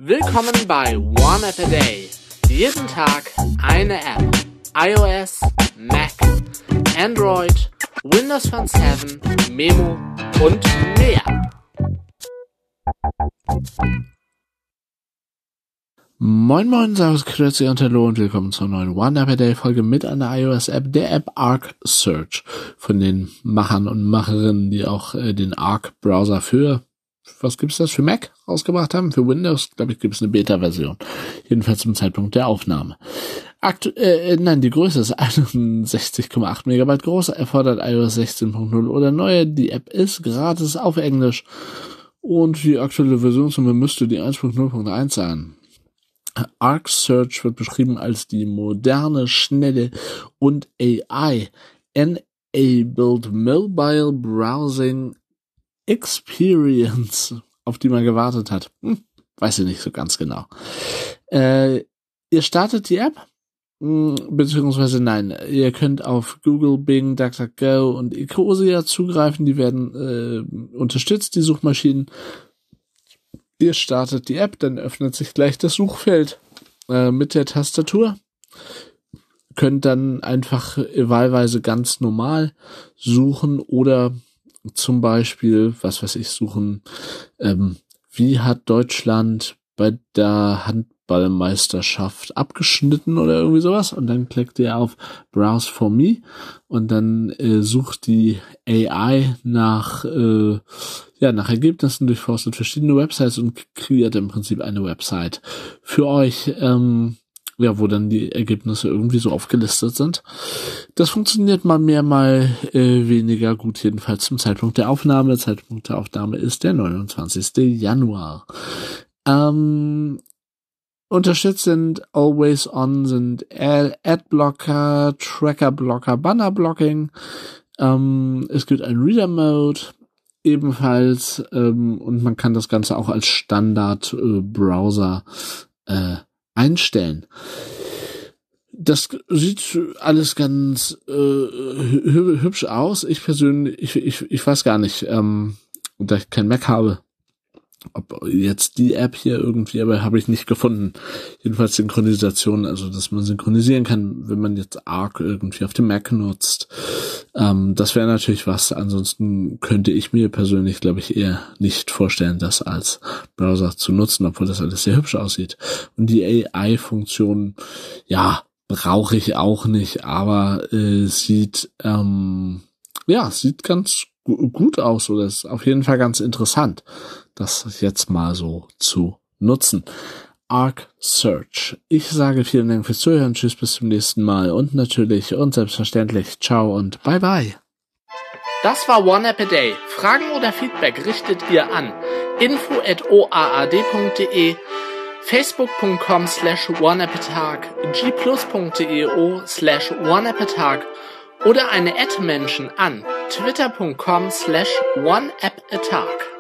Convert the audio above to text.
Willkommen bei One App a Day. Jeden Tag eine App. iOS, Mac, Android, Windows Phone 7, Memo und mehr. Moin moin, servus, grüezi und hallo und willkommen zur neuen One App a Day Folge mit einer iOS-App, der App Arc Search, von den Machern und Macherinnen, die auch den Arc-Browser für, was gibt's das, für Mac rausgebracht haben? Für Windows, glaube ich, gibt's eine Beta-Version. Jedenfalls zum Zeitpunkt der Aufnahme. Die Größe ist 61,8 Megabyte groß, erfordert iOS 16.0 oder neuer. Die App ist gratis auf Englisch und die aktuelle Versionsnummer müsste die 1.0.1 sein. Arc Search wird beschrieben als die moderne, schnelle und AI-enabled Mobile Browsing Experience, auf die man gewartet hat. Weiß ich nicht so ganz genau. Ihr startet die App, beziehungsweise nein, ihr könnt auf Google, Bing, DuckDuckGo und Ecosia zugreifen. Die werden unterstützt, die Suchmaschinen. Ihr startet die App, dann öffnet sich gleich das Suchfeld mit der Tastatur. Könnt dann einfach wahlweise ganz normal suchen oder zum Beispiel, suchen, wie hat Deutschland bei der Handballmeisterschaft abgeschnitten oder irgendwie sowas, und dann klickt ihr auf Browse for Me und dann sucht die AI nach Ergebnissen, durchforstet verschiedene Websites und kreiert im Prinzip eine Website für euch, wo dann die Ergebnisse irgendwie so aufgelistet sind. Das funktioniert mal mehr, mal weniger gut, jedenfalls zum Zeitpunkt der Aufnahme. Der Zeitpunkt der Aufnahme ist der 29. Januar. Unterstützt sind Always On, sind Adblocker, Trackerblocker, Bannerblocking. Es gibt einen Reader-Mode ebenfalls und man kann das Ganze auch als Standard-Browser einstellen. Das sieht alles ganz hübsch aus. Ich persönlich, ich weiß gar nicht, da ich kein Mac habe, ob jetzt die App hier irgendwie, aber habe ich nicht gefunden. Jedenfalls Synchronisation, also dass man synchronisieren kann, wenn man jetzt Arc irgendwie auf dem Mac nutzt. Das wäre natürlich was. Ansonsten könnte ich mir persönlich, glaube ich, eher nicht vorstellen, das als Browser zu nutzen, obwohl das alles sehr hübsch aussieht. Und die AI-Funktion, ja, brauche ich auch nicht, aber sieht ganz gut aus, oder ist auf jeden Fall ganz interessant, das jetzt mal so zu nutzen. Arc Search. Ich sage vielen Dank fürs Zuhören, tschüss, bis zum nächsten Mal und natürlich und selbstverständlich ciao und bye bye. Das war One App a Day. Fragen oder Feedback richtet ihr an info@oaad.de, facebook.com/oneappatag, gplus.io/oneappatag oder eine @Menschen an twitter.com/oneappatag.